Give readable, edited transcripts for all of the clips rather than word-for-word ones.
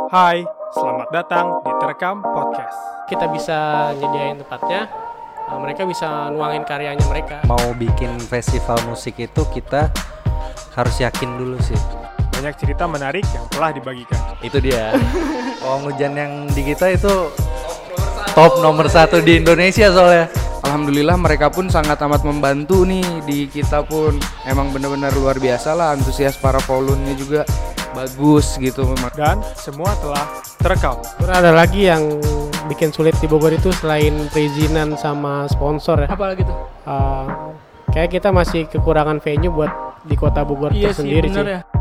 Hai, selamat datang di Terekam Podcast. Kita bisa nyediain tempatnya, mereka bisa nuangin karyanya mereka. Mau bikin festival musik itu kita harus yakin dulu sih. Banyak cerita menarik yang telah dibagikan. Itu dia. Pawang hujan yang di kita itu top nomor 1 di Indonesia soalnya. Alhamdulillah mereka pun sangat amat membantu nih, di kita pun emang benar-benar luar biasa lah, antusias para Paulunnya juga bagus gitu memang. Dan semua telah terekam. Terus ada lagi yang bikin sulit di Bogor itu selain perizinan sama sponsor ya. Apalagi tuh? Kayak kita masih kekurangan venue buat di kota Bogor Iya sih, tersendiri bener sih. ya.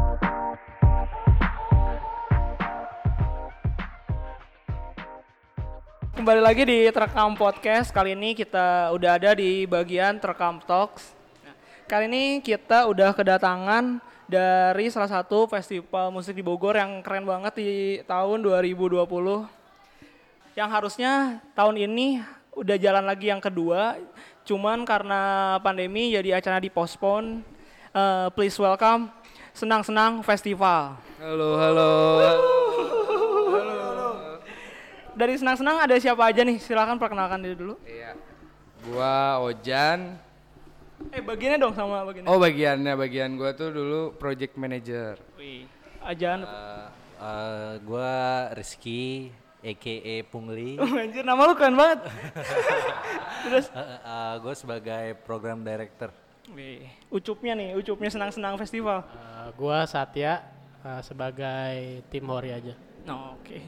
Kembali lagi di Terekam Podcast. Kali ini kita udah ada di bagian Terekam Talks. Nah, kali ini kita udah kedatangan dari salah satu festival musik di Bogor yang keren banget di tahun 2020. Yang harusnya tahun ini udah jalan lagi yang kedua, cuman karena pandemi jadi acara dipospon. Please welcome Senang-Senang Festival. Halo. Dari Senang-Senang ada siapa aja nih? Silakan perkenalkan diri dulu. Iya. Gua Ojan. Bagiannya dong sama bagiannya. Oh, bagian gua tuh dulu project manager. Wih, Ajan. Gue Rizky, a.k.a. Pungli. Anjir, nama lu keren banget. Terus, Gue sebagai program director. wih, ucupnya Senang-Senang Festival. Gua Satya sebagai tim Hori aja. No, oke.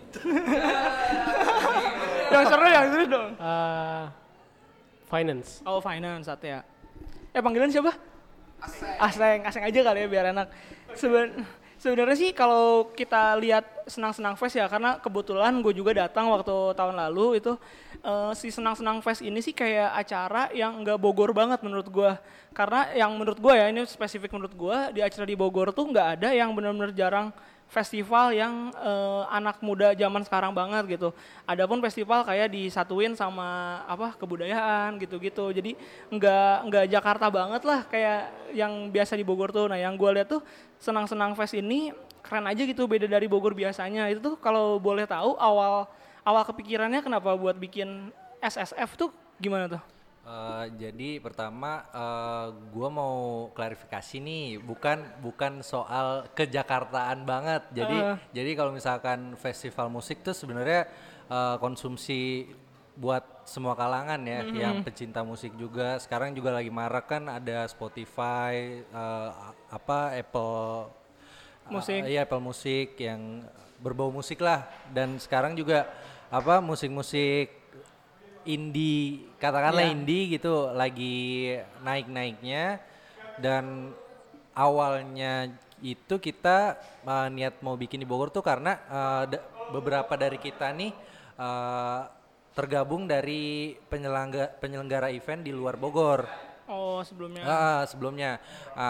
Yang seru dong. Finance. Oh, finance Satya. Panggilan siapa? Aseng aja kali ya biar enak. Sebenarnya sih kalau kita lihat Senang-Senang Fest ya, karena kebetulan gue juga datang waktu tahun lalu itu, si Senang-Senang Fest ini sih kayak acara yang nggak Bogor banget menurut gue. Karena yang menurut gue ya, ini spesifik menurut gue, di acara di Bogor tuh nggak ada yang benar-benar jarang festival yang anak muda zaman sekarang banget gitu. Adapun festival kayak disatuin sama kebudayaan gitu-gitu. Jadi nggak Jakarta banget lah kayak yang biasa di Bogor tuh. Nah, yang gue lihat tuh Senang-Senang Fest ini keren aja gitu, beda dari Bogor biasanya. Itu tuh kalau boleh tahu awal kepikirannya kenapa buat bikin SSF tuh gimana tuh? Jadi pertama gue mau klarifikasi nih, bukan soal kejakartaan banget. Jadi kalau misalkan festival musik tuh sebenarnya konsumsi buat semua kalangan ya, yang pecinta musik juga. Sekarang juga lagi marak kan ada Spotify, Apple Musik. Apple Musik yang berbau musik lah. Dan sekarang juga musik-musik indie, katakanlah indie gitu lagi naik-naiknya. Dan awalnya itu kita niat mau bikin di Bogor tuh karena beberapa dari kita nih tergabung dari penyelenggara event di luar Bogor. Oh, sebelumnya. Sebelumnya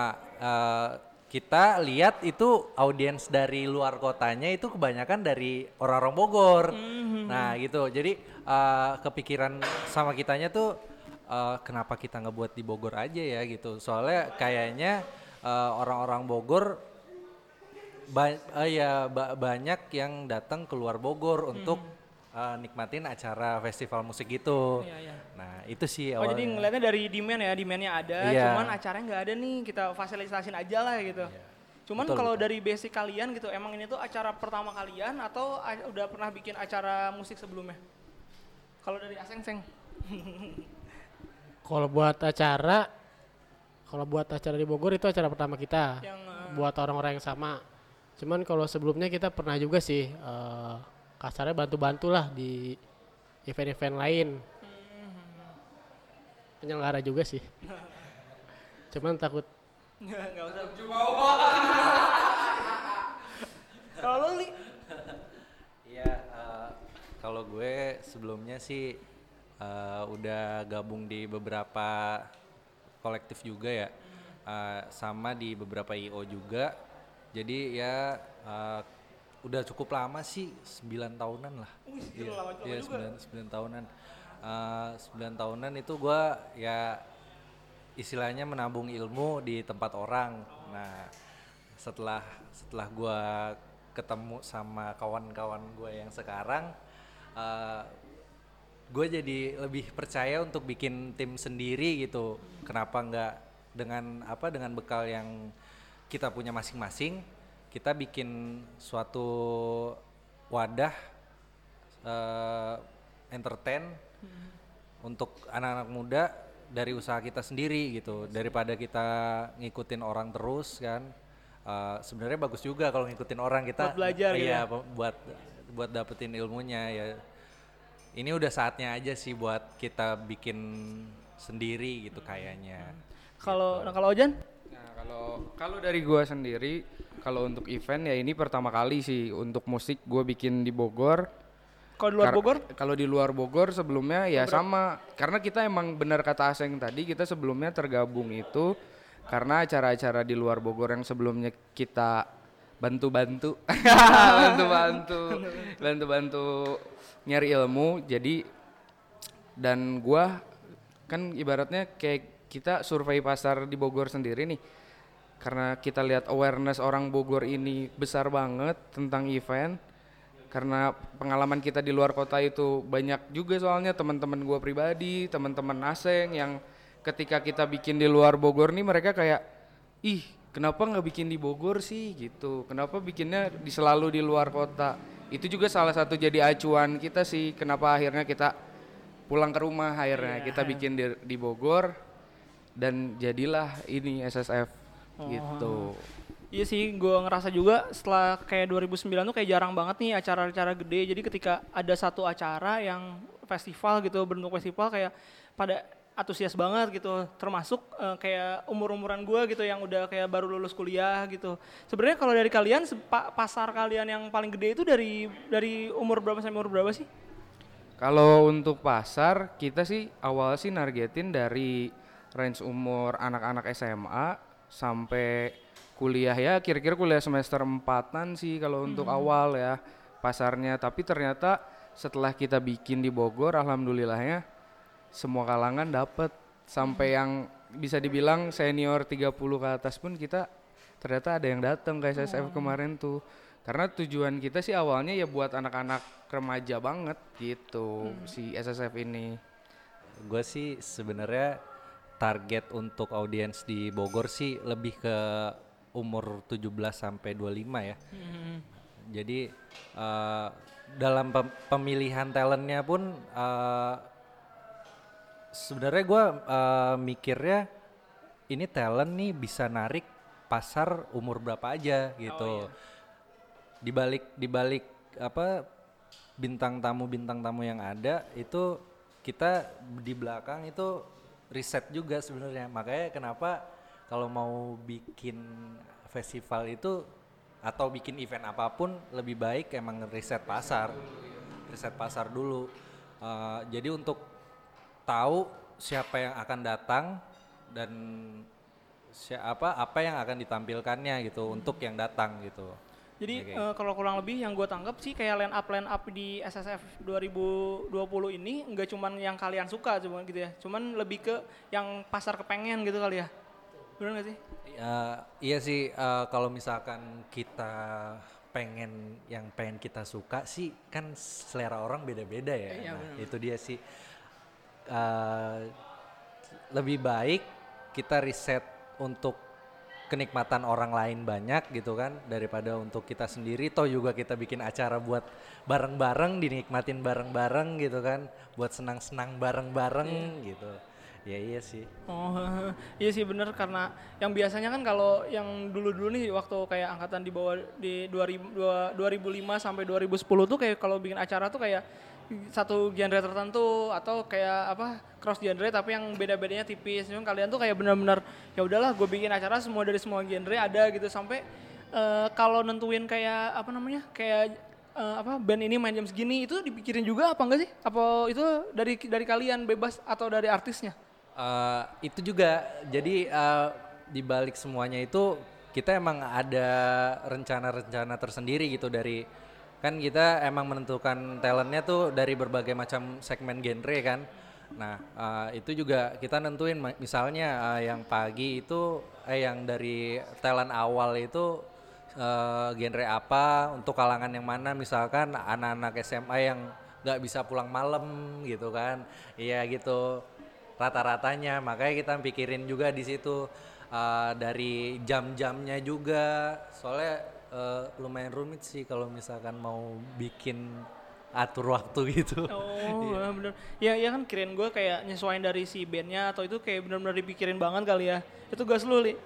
kita lihat itu audiens dari luar kotanya itu kebanyakan dari orang-orang Bogor. Nah gitu, jadi kepikiran sama kitanya tuh kenapa kita nggak buat di Bogor aja ya gitu. Soalnya kayaknya orang-orang Bogor banyak yang datang keluar Bogor untuk nikmatin acara festival musik gitu. Iya. Nah itu sih Oh, awalnya. jadi ngeliatnya dari demandnya ada, Iya. cuman acaranya nggak ada nih, kita fasilitasin aja lah gitu. Iya. Cuman Betul, kalau betul. dari basic kalian gitu, emang ini tuh acara pertama kalian atau udah pernah bikin acara musik sebelumnya? Kalau dari Aseng-Seng? Kalau buat acara di Bogor itu acara pertama kita. Yang Buat orang-orang yang sama. Cuman kalau sebelumnya kita pernah juga sih kasarnya bantu-bantu lah di event-event lain. Penyelenggara juga sih. Cuman takut. nggak usah. Kalau lo, Li? Iya, kalau gue sebelumnya sih udah gabung di beberapa kolektif juga ya, sama di beberapa I.O juga. Jadi ya udah cukup lama sih, 9 tahunan lah. Wih, lama juga. 9 tahunan. 9 tahunan itu gue ya istilahnya menabung ilmu di tempat orang. Nah setelah gue ketemu sama kawan-kawan gue yang sekarang, gue jadi lebih percaya untuk bikin tim sendiri gitu. Kenapa nggak dengan bekal yang kita punya masing-masing, kita bikin suatu wadah entertain untuk anak-anak muda dari usaha kita sendiri gitu, daripada kita ngikutin orang terus kan. Sebenarnya bagus juga kalau ngikutin orang, kita Buat belajar gitu iya, ya? buat dapetin ilmunya ya. Ini udah saatnya aja sih buat kita bikin sendiri gitu kayaknya. Kalau Ojan? Nah, kalau dari gua sendiri, kalau untuk event ya ini pertama kali sih untuk musik gua bikin di Bogor. Kalau di luar Bogor? Kalau di luar Bogor sebelumnya ya sama, karena kita emang benar kata Aseng tadi, kita sebelumnya tergabung itu karena acara-acara di luar Bogor yang sebelumnya kita bantu-bantu nyari ilmu. Jadi dan gua kan ibaratnya kayak kita survei pasar di Bogor sendiri nih, karena kita lihat awareness orang Bogor ini besar banget tentang event. Karena pengalaman kita di luar kota itu banyak juga, soalnya teman-teman gua pribadi, teman-teman Aseng yang ketika kita bikin di luar Bogor nih mereka kayak, ih kenapa nggak bikin di Bogor sih gitu, kenapa bikinnya selalu di luar kota. Itu juga salah satu jadi acuan kita sih, kenapa akhirnya kita pulang ke rumah, akhirnya kita bikin di Bogor dan jadilah ini SSF gitu. Iya sih, gue ngerasa juga setelah kayak 2009 tuh kayak jarang banget nih acara-acara gede. Jadi ketika ada satu acara yang festival gitu, bentuk festival, kayak pada antusias banget gitu. Termasuk kayak umur-umuran gue gitu yang udah kayak baru lulus kuliah gitu. Sebenarnya kalau dari kalian, pasar kalian yang paling gede itu dari umur berapa sampai umur berapa sih? Kalau untuk pasar, kita sih awal sih nargetin dari range umur anak-anak SMA sampai kuliah, ya kira-kira kuliah semester 4-an sih kalau untuk awal ya pasarnya. Tapi ternyata setelah kita bikin di Bogor, alhamdulillahnya semua kalangan dapet, sampai yang bisa dibilang senior 30 ke atas pun kita ternyata ada yang datang ke SSF kemarin tuh. Karena tujuan kita sih awalnya ya buat anak-anak remaja banget gitu si SSF ini. Gue sih sebenarnya target untuk audiens di Bogor sih lebih ke umur 17 sampai 25 ya. Jadi dalam pemilihan talentnya pun sebenarnya gue mikirnya ini talent nih bisa narik pasar umur berapa aja gitu. Dibalik apa bintang tamu yang ada itu, kita di belakang itu riset juga sebenarnya. Makanya kenapa kalau mau bikin festival itu atau bikin event apapun, lebih baik emang riset pasar dulu. Jadi untuk tahu siapa yang akan datang dan apa yang akan ditampilkannya gitu untuk yang datang gitu. Jadi kalau kurang lebih yang gue tangkap sih kayak line up di SSF 2020 ini nggak cuman yang kalian suka cuma gitu ya, cuman lebih ke yang pasar kepengen gitu kali ya. Benar nggak sih? Iya sih, kalau misalkan kita pengen kita suka sih, kan selera orang beda-beda ya. Iya, Nah, itu dia sih. Lebih baik kita riset untuk kenikmatan orang lain banyak gitu kan, daripada untuk kita sendiri. Toh juga kita bikin acara buat bareng-bareng, dinikmatin bareng-bareng gitu kan, buat senang-senang bareng-bareng gitu. Ya iya sih. Oh iya sih bener, karena yang biasanya kan kalau yang dulu-dulu nih waktu kayak angkatan di bawah di 2005 sampai 2010 tuh kayak kalau bikin acara tuh kayak satu genre tertentu atau kayak cross genre tapi yang beda-bedanya tipis. Memang kalian tuh kayak benar-benar ya udahlah gue bikin acara semua dari semua genre ada gitu, sampai kalau nentuin kayak band ini main jam segini itu dipikirin juga apa enggak sih? Apa itu dari kalian bebas atau dari artisnya? Itu juga, jadi di balik semuanya itu kita emang ada rencana-rencana tersendiri gitu. Dari kan kita emang menentukan talentnya tuh dari berbagai macam segmen genre kan. Nah itu juga kita nentuin, misalnya yang pagi itu yang dari talent awal itu genre apa untuk kalangan yang mana, misalkan anak-anak SMA yang nggak bisa pulang malam gitu kan, iya gitu rata-ratanya. Makanya kita pikirin juga di situ dari jam-jamnya juga, soalnya lumayan rumit sih kalau misalkan mau bikin atur waktu gitu. Oh, bener. Ya, ya kan kirain gue kayak nyesuaiin dari si bandnya atau itu kayak benar-benar dipikirin banget kali ya. Itu gas lu, Li.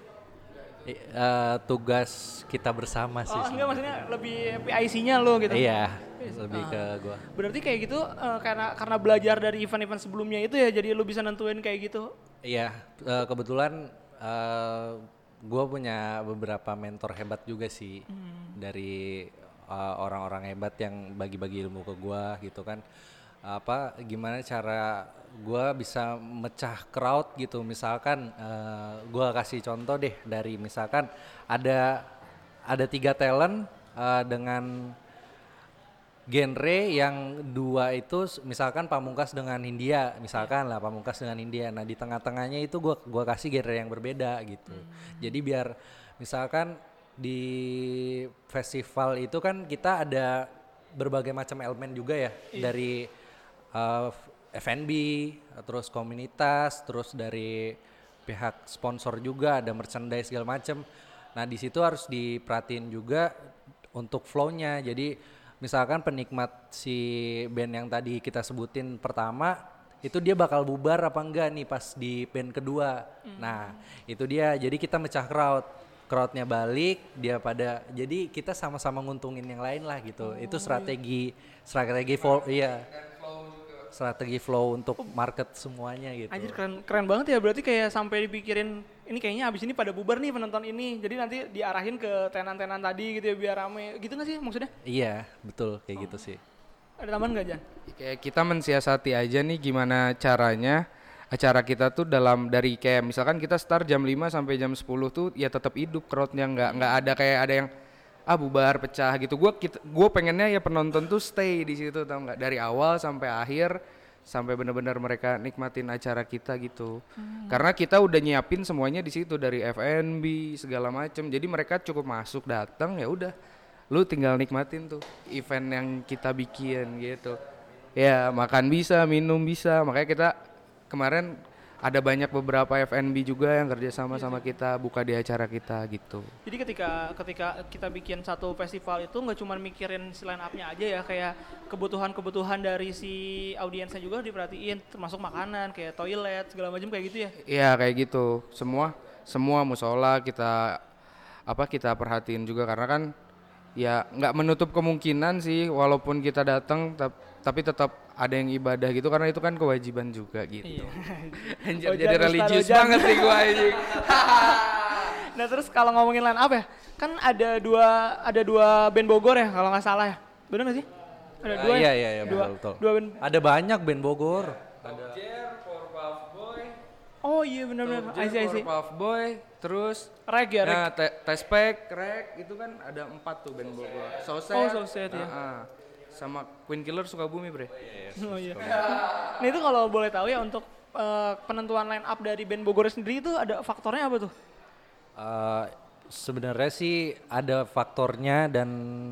Tugas kita bersama sih. Oh, enggak maksudnya lebih PIC-nya lo gitu. Iya, lebih ke gua. Berarti kayak gitu karena belajar dari event-event sebelumnya itu ya, jadi lu bisa nentuin kayak gitu. Iya, kebetulan gue punya beberapa mentor hebat juga sih, dari orang-orang hebat yang bagi-bagi ilmu ke gue gitu kan. Gimana cara gue bisa mecah crowd gitu. Misalkan gue kasih contoh deh, dari misalkan ada 3 talent dengan genre yang 2 itu misalkan Pamungkas dengan Hindia, misalkan lah Pamungkas dengan Hindia. Nah di tengah-tengahnya itu gua kasih genre yang berbeda gitu. Jadi biar misalkan di festival itu kan kita ada berbagai macam elemen juga ya, dari F&B, terus komunitas, terus dari pihak sponsor juga ada merchandise segala macam. Nah di situ harus diperhatiin juga untuk flow-nya. Jadi misalkan penikmat si band yang tadi kita sebutin pertama itu dia bakal bubar apa enggak nih pas di band kedua. Nah itu dia, jadi kita mecah crowdnya balik, dia pada, jadi kita sama-sama nguntungin yang lain lah gitu. Itu strategi flow untuk market semuanya gitu. Anjir keren banget ya, berarti kayak sampai dipikirin ini kayaknya abis ini pada bubar nih penonton ini, jadi nanti diarahin ke tenan-tenan tadi gitu ya biar rame gitu nggak sih maksudnya? Iya betul kayak gitu sih. Ada tambahan nggak Jan? Kayak kita mensiasati aja nih gimana caranya acara kita tuh dari kayak misalkan kita start jam 5 sampai jam 10 tuh ya tetap hidup crowdnya, nggak ada kayak ada yang bubar pecah gitu. Gue pengennya ya penonton tuh stay di situ, tau nggak, dari awal sampai akhir, sampai benar-benar mereka nikmatin acara kita gitu. Karena kita udah nyiapin semuanya di situ, dari F&B segala macem. Jadi mereka cukup masuk datang ya udah, lu tinggal nikmatin tuh event yang kita bikin gitu. Ya makan bisa, minum bisa. Makanya kita kemarin ada banyak beberapa F&B juga yang kerja sama kita buka di acara kita gitu. Jadi ketika kita bikin satu festival itu nggak cuma mikirin si line up-nya aja ya, kayak kebutuhan dari si audiensnya juga diperhatiin, termasuk makanan kayak toilet segala macam kayak gitu ya. Iya kayak gitu. Semua musola kita perhatiin juga, karena kan ya nggak menutup kemungkinan sih walaupun kita datang tapi tetap ada yang ibadah gitu, karena itu kan kewajiban juga gitu. Iya. Anjir jadi religius banget nih gua ini. Nah terus kalau ngomongin line up ya, kan ada dua band Bogor ya kalau nggak salah ya, bener nggak sih? Ada dua. Iya betul. Dua band. Ada banyak band Bogor. Oh iya benar-benar. I see. Puff Boy, terus Reg ya, Reg. nah Tespek, Reg, itu kan ada 4 tuh band Bogor. Soset ya. Sama Queen Killer Sukabumi, bre. Oh iya. Nah itu kalau boleh tahu ya, untuk penentuan line up dari band Bogor sendiri itu ada faktornya apa tuh? Sebenarnya sih ada faktornya, dan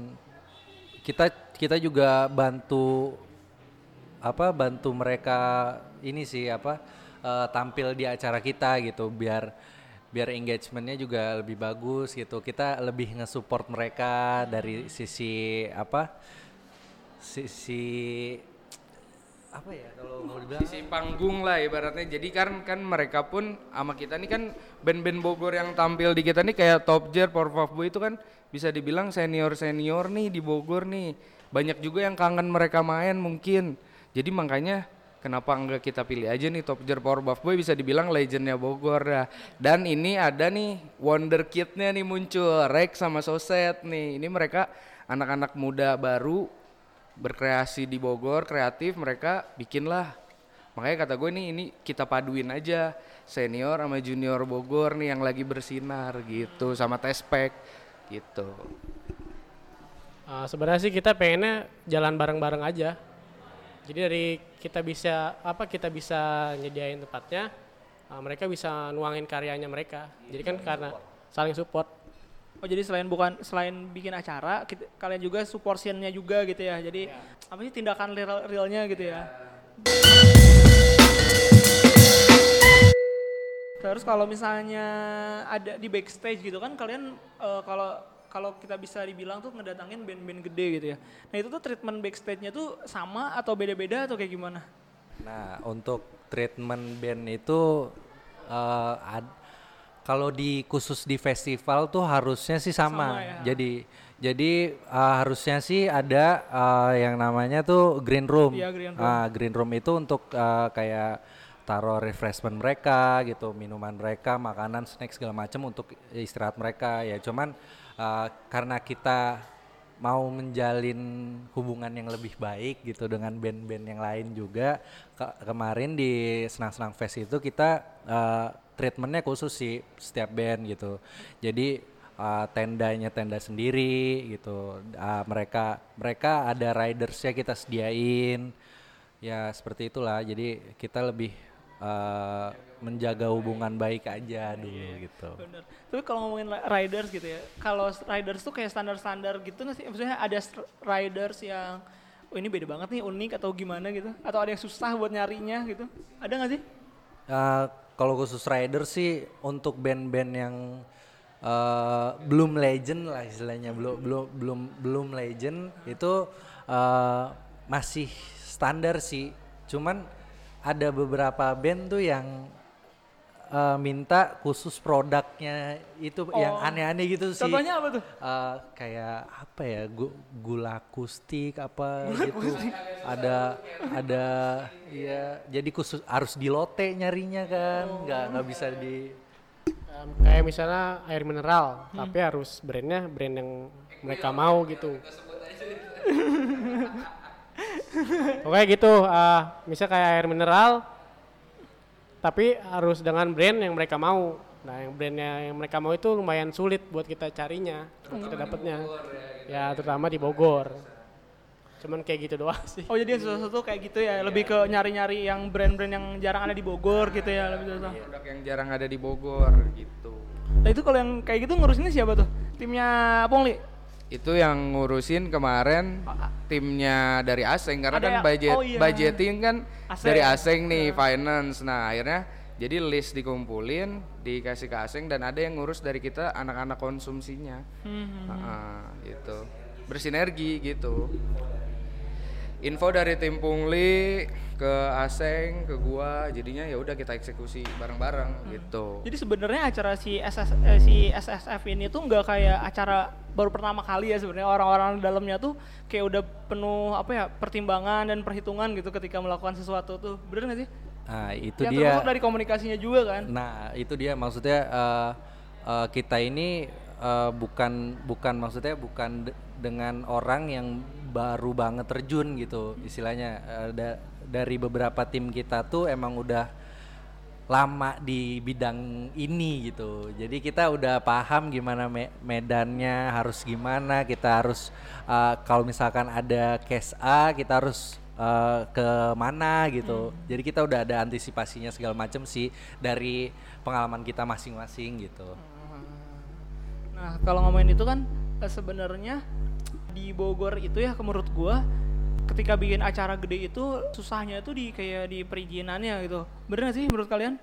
kita juga bantu mereka ini sih tampil di acara kita gitu, biar engagementnya juga lebih bagus gitu. Kita lebih nge-support mereka dari sisi kalau mau dibilang Sisi panggung lah ibaratnya. Jadi kan mereka pun sama kita nih kan band-band Bogor yang tampil di kita nih kayak Top Jar, Puff Boy itu kan bisa dibilang senior nih di Bogor nih. Banyak juga yang kangen mereka main mungkin. Jadi makanya kenapa enggak kita pilih aja nih Top Jar, Puff Boy, bisa dibilang legendnya Bogor dah. Dan ini ada nih wonder kid-nya nih muncul, Rex sama Soset nih. Ini mereka anak-anak muda baru berkreasi di Bogor, kreatif, mereka bikin lah. Makanya kata gue ini kita paduin aja senior sama junior Bogor nih yang lagi bersinar gitu, sama Tespek gitu. Sebenarnya sih kita pengennya jalan bareng-bareng aja. Jadi dari kita bisa nyediain tempatnya, mereka bisa nuangin karyanya mereka. Jadi kan karena saling support. Oh jadi selain bikin acara, kalian juga support scene-nya juga gitu ya. Jadi apa sih tindakan realnya gitu ya. Terus kalau misalnya ada di backstage gitu kan kalian kalau kita bisa dibilang tuh ngedatangin band-band gede gitu ya. Nah itu tuh treatment backstage-nya tuh sama atau beda-beda atau kayak gimana? Nah, untuk treatment band itu kalau khusus di festival tuh harusnya sih sama. Sama ya. Jadi harusnya sih ada yang namanya tuh green room. Iya, green room. Green room itu untuk kayak taruh refreshment mereka gitu, minuman mereka, makanan, snack segala macam untuk istirahat mereka ya. Cuman karena kita mau menjalin hubungan yang lebih baik gitu dengan band-band yang lain juga, kemarin di Senang-Senang Fest itu kita treatmentnya khusus sih setiap band gitu. Jadi tendanya tenda sendiri gitu. Mereka ada ridersnya kita sediain. Ya seperti itulah. Jadi kita lebih menjaga hubungan baik aja dulu gitu. Bener. Tapi kalau ngomongin riders gitu ya, kalau riders tuh kayak standar-standar gitu nggak sih? Maksudnya ada riders yang ini beda banget nih, unik atau gimana gitu? Atau ada yang susah buat nyarinya gitu? Ada nggak sih? Kalau khusus rider sih untuk band-band yang belum legend lah istilahnya, belum legend itu masih standar sih. Cuman ada beberapa band tuh yang minta khusus produknya itu yang aneh-aneh gitu sih. Contohnya apa tuh? Kayak apa ya, gula akustik apa gitu. Ada ya, jadi khusus harus di lote nyarinya kan, nggak bisa di Kayak misalnya air mineral, tapi harus brandnya brand yang mereka mau gitu. Oke gitu, misal kayak air mineral, tapi harus dengan brand yang mereka mau. Nah yang brandnya yang mereka mau itu lumayan sulit buat kita carinya, buat kita dapetnya. Ya terutama di Bogor. Cuman kayak gitu doang sih. Oh jadi sesuatu kayak gitu ya, lebih ke nyari-nyari yang brand-brand yang jarang ada di Bogor gitu ya, lebih susah. Produk yang jarang ada di Bogor gitu. Nah itu kalau yang kayak gitu ngurusinnya siapa tuh? Timnya Pongli? Itu yang ngurusin kemarin timnya dari asing karena Ada kan iya. budgeting kan Asing. dari asing nih, finance. Nah akhirnya jadi list dikumpulin, dikasih ke asing dan ada yang ngurus dari kita anak-anak konsumsinya. Gitu. Bersinergi gitu. Info dari tim Pungli ke Aseng ke gua, jadinya ya udah kita eksekusi bareng-bareng gitu. Jadi sebenarnya acara si SSF ini tuh nggak kayak acara baru pertama kali ya sebenarnya, orang-orang dalamnya tuh kayak udah penuh apa ya, pertimbangan dan perhitungan gitu ketika melakukan sesuatu tuh, bener nggak sih? Nah itu Yang dia. termasuk dari komunikasinya juga kan? Nah itu dia maksudnya kita ini bukan maksudnya bukan dengan orang yang baru banget terjun gitu istilahnya. Dari beberapa tim kita tuh emang udah lama di bidang ini gitu. Jadi kita udah paham gimana medannya harus gimana. Kita harus kalau misalkan ada case A kita harus ke mana gitu. Jadi kita udah ada antisipasinya segala macam sih dari pengalaman kita masing-masing gitu. Nah kalau ngomongin itu kan sebenarnya di Bogor itu ya menurut gua ketika bikin acara gede itu susahnya itu kayak di perizinannya gitu. Bener gak sih menurut kalian?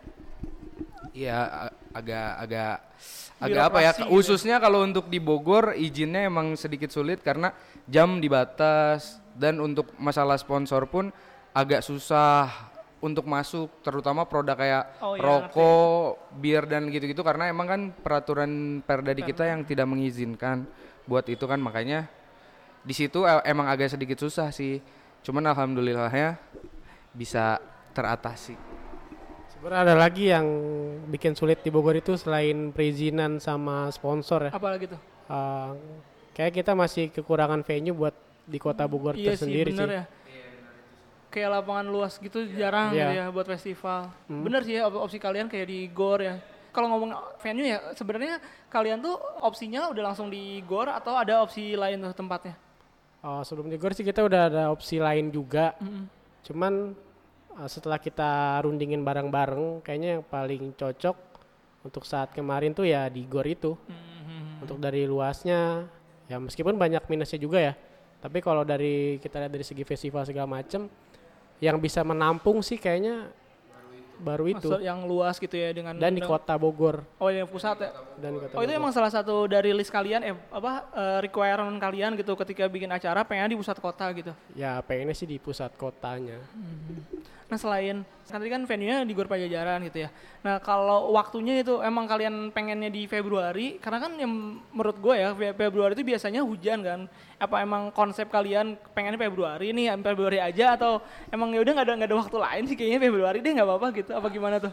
Iya agak apa ya, Birokrasi gitu. khususnya kalau untuk di Bogor izinnya emang sedikit sulit karena jam dibatas dan untuk masalah sponsor pun agak susah untuk masuk, terutama produk kayak rokok, bir dan gitu-gitu karena emang kan peraturan perda di kita yang tidak mengizinkan buat itu kan, makanya di situ emang agak sedikit susah sih. Cuman alhamdulillahnya bisa teratasi. Sebenarnya ada lagi yang bikin sulit di Bogor itu selain perizinan sama sponsor ya. Apalagi tuh? Kayak kita masih kekurangan venue buat di kota Bogor tersendiri sih. Bener ya. Kayak lapangan luas gitu jarang gitu ya buat festival. Bener sih ya opsi kalian kayak di GOR ya. Kalau ngomong venue ya sebenarnya kalian tuh opsinya udah langsung di GOR atau ada opsi lain tuh tempatnya? Sebelum di GOR sih kita udah ada opsi lain juga. Cuman setelah kita rundingin bareng-bareng kayaknya yang paling cocok untuk saat kemarin tuh ya di GOR itu. Untuk dari luasnya, ya meskipun banyak minusnya juga ya. Tapi kalau dari kita lihat dari segi festival segala macem, yang bisa menampung sih kayaknya baru itu. Maksud yang luas gitu ya dengan Dan di kota Bogor. Oh yang pusat ya. Dan di kota Oh itu Bogor. emang salah satu dari list kalian requirement kalian gitu ketika bikin acara pengen di pusat kota gitu. Ya pengennya sih di pusat kotanya. Nah selain tadi kan venue-nya di Gor Pajajaran gitu ya. Nah kalau waktunya itu emang kalian pengennya di Februari karena kan yang menurut gue ya Februari itu biasanya hujan kan. Apa emang konsep kalian pengennya Februari nih Februari aja atau emang ya udah nggak ada waktu lain sih kayaknya Februari deh nggak apa-apa gitu apa gimana tuh?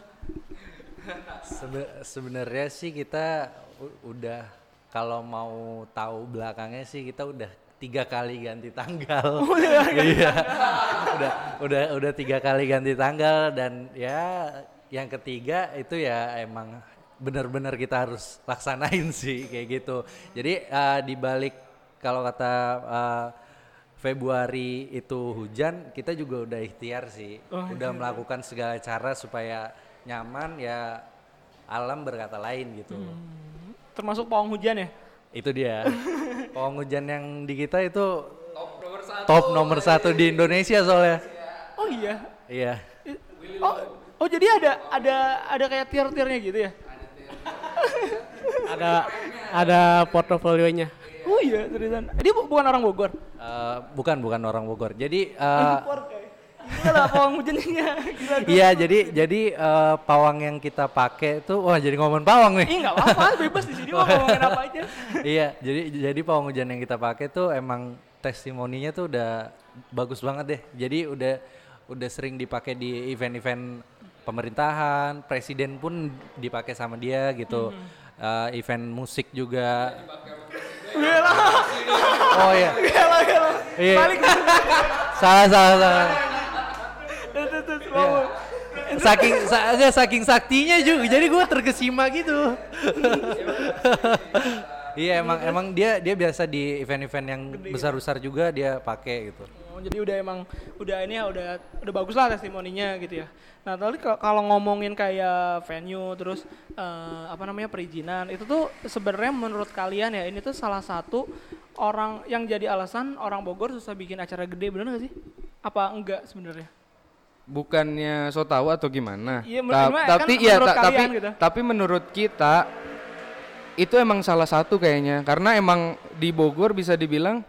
Sebenarnya sih kita udah kalau mau tahu belakangnya sih kita udah 3 kali ganti tanggal. Iya. udah 3 kali ganti tanggal dan ya yang ketiga itu ya emang benar-benar kita harus laksanain sih kayak gitu. Jadi di balik kalau kata Februari itu hujan, kita juga udah ikhtiar sih. Udah melakukan segala cara supaya nyaman ya alam berkata lain gitu. Termasuk pawang hujan ya? Itu dia. Pawang hujan yang di kita itu top nomor satu di Indonesia soalnya. Oh iya. Iya. Oh jadi ada kayak tier-tiernya gitu ya? Ada portofolionya. Oh iya seriusan. Dia bukan orang Bogor. Bukan orang Bogor. Jadi Gila lah pawang hujannya. Gila. iya jadi pawang yang kita pakai itu wah jadi ngomong pawang nih. Ih nggak apa-apa bebas di sini mau ngomongin apa aja. Iya, jadi pawang hujan yang kita pakai tuh emang testimoninya tuh udah bagus banget deh. Jadi udah sering dipakai di event-event pemerintahan, presiden pun dipakai sama dia gitu. Event musik juga. Gila. Oh iya. Gila. Iya. Balik. Salah. Terus Saking saktinya juga. Jadi gue terkesima gitu. Iya emang dia biasa di event-event yang besar-besar juga dia pakai gitu. Oh, jadi udah bagus lah testimoninya gitu ya. Nah, tadi kalau ngomongin kayak venue terus perizinan itu tuh sebenarnya menurut kalian ya ini tuh salah satu orang yang jadi alasan orang Bogor susah bikin acara gede bener gak sih? Apa enggak sebenarnya? Bukannya so tahu atau gimana? Iya, tapi menurut kita itu emang salah satu kayaknya karena emang di Bogor bisa dibilang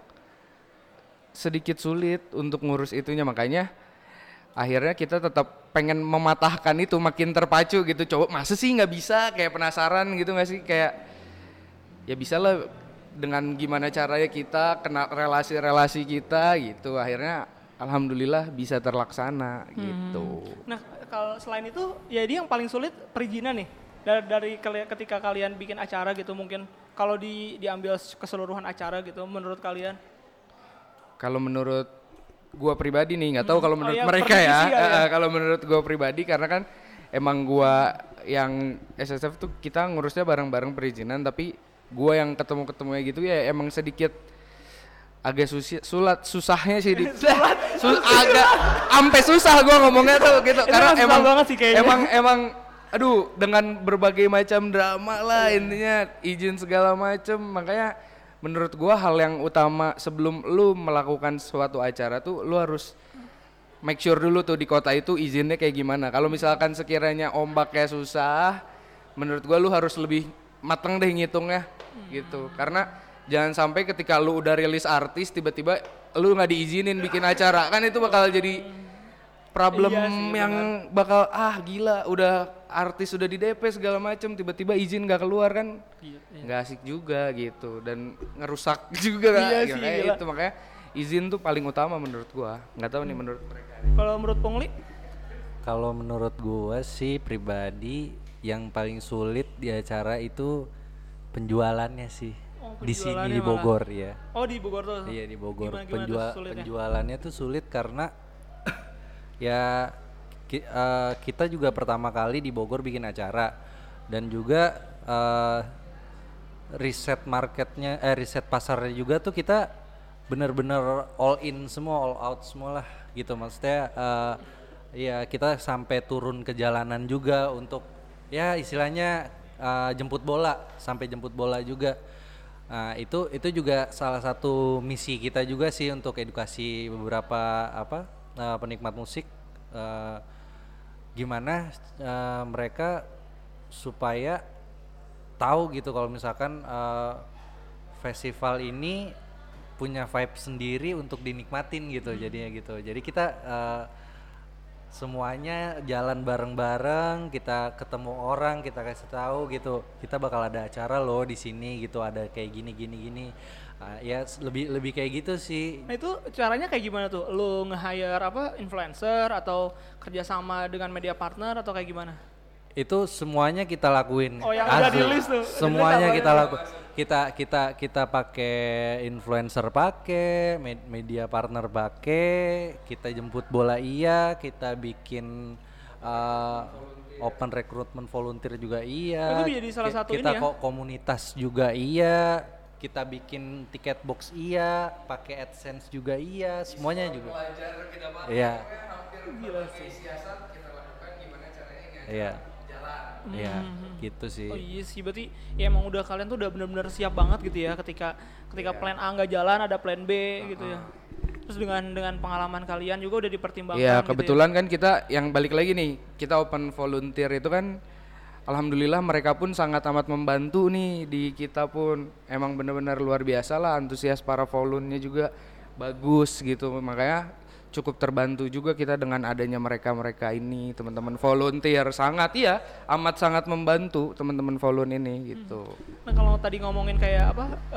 sedikit sulit untuk ngurus itunya makanya akhirnya kita tetap pengen mematahkan itu makin terpacu gitu coba masa sih nggak bisa kayak penasaran gitu nggak sih kayak ya bisa lah dengan gimana caranya kita kenal relasi-relasi kita gitu akhirnya alhamdulillah bisa terlaksana gitu. Nah kalau selain itu ya dia yang paling sulit perizinan nih dari ketika kalian bikin acara gitu mungkin kalau diambil keseluruhan acara gitu menurut kalian? Kalau menurut gua pribadi nih nggak tahu kalau menurut mereka kalau menurut gua pribadi karena kan emang gua yang SSF tuh kita ngurusnya bareng-bareng perizinan tapi gua yang ketemu-ketemunya gitu ya emang sedikit agak susahnya sih agak ampe susah gua ngomongnya tuh gitu karena emang banget sih emang aduh dengan berbagai macam drama lah intinya izin segala macam makanya menurut gua hal yang utama sebelum lu melakukan suatu acara tuh lu harus make sure dulu tuh di kota itu izinnya kayak gimana. Kalau misalkan sekiranya ombaknya susah, menurut gua lu harus lebih mateng deh ngitungnya gitu. Karena jangan sampai ketika lu udah rilis artis tiba-tiba lu nggak diizinin bikin acara kan itu bakal jadi problem yang bakal gila udah artis sudah di DP segala macem tiba-tiba izin nggak keluar kan nggak asik juga gitu dan ngerusak juga kayak itu makanya izin tuh paling utama menurut gua nggak tahu nih menurut mereka. Kalau menurut Pungli? Kalau menurut gua sih pribadi yang paling sulit di acara itu penjualannya sih. Di sini di Bogor ya. Oh di Bogor tuh? Iya di Bogor. Gimana Penjualannya tuh sulit karena ya kita juga pertama kali di Bogor bikin acara dan juga riset marketnya, riset pasarnya juga tuh kita benar-benar all in semua, all out semua lah gitu maksudnya. Ya kita sampai turun ke jalanan juga untuk ya istilahnya jemput bola, sampai jemput bola juga. Nah, itu juga salah satu misi kita juga sih untuk edukasi beberapa penikmat musik, gimana mereka supaya tahu gitu kalau misalkan festival ini punya vibe sendiri untuk dinikmatin gitu jadinya gitu. Jadi kita semuanya jalan bareng-bareng, kita ketemu orang, kita kasih tahu gitu, kita bakal ada acara loh di sini gitu, ada kayak gini. Ya lebih kayak gitu sih. Nah itu caranya kayak gimana tuh? Lu nge-hire influencer atau kerjasama dengan media partner atau kayak gimana? Itu semuanya kita lakuin. Oh, yang udah asli. di list tuh. Semuanya kita lakuin. Kita pakai influencer, pakai media partner, pakai, kita jemput bola iya, kita bikin open recruitment volunteer juga iya. Itu jadi salah satu kita ini ya. Komunitas juga iya, kita bikin tiket box iya, pakai AdSense juga iya, semuanya juga. Iya. Gila sih. Iya. Iya, gitu sih. Oh iya sih, berarti ya emang udah kalian tuh udah benar-benar siap banget gitu ya ketika plan A nggak jalan ada plan B gitu ya. Terus dengan pengalaman kalian juga udah dipertimbangkan. Iya, gitu kebetulan kan kita yang balik lagi nih, kita open volunteer itu kan alhamdulillah mereka pun sangat amat membantu nih di kita pun. Emang benar-benar luar biasa lah, antusias para volunnya juga bagus gitu. Makanya cukup terbantu juga kita dengan adanya mereka ini, teman-teman volunteer, sangat amat sangat membantu teman-teman volun ini gitu. Nah kalau tadi ngomongin kayak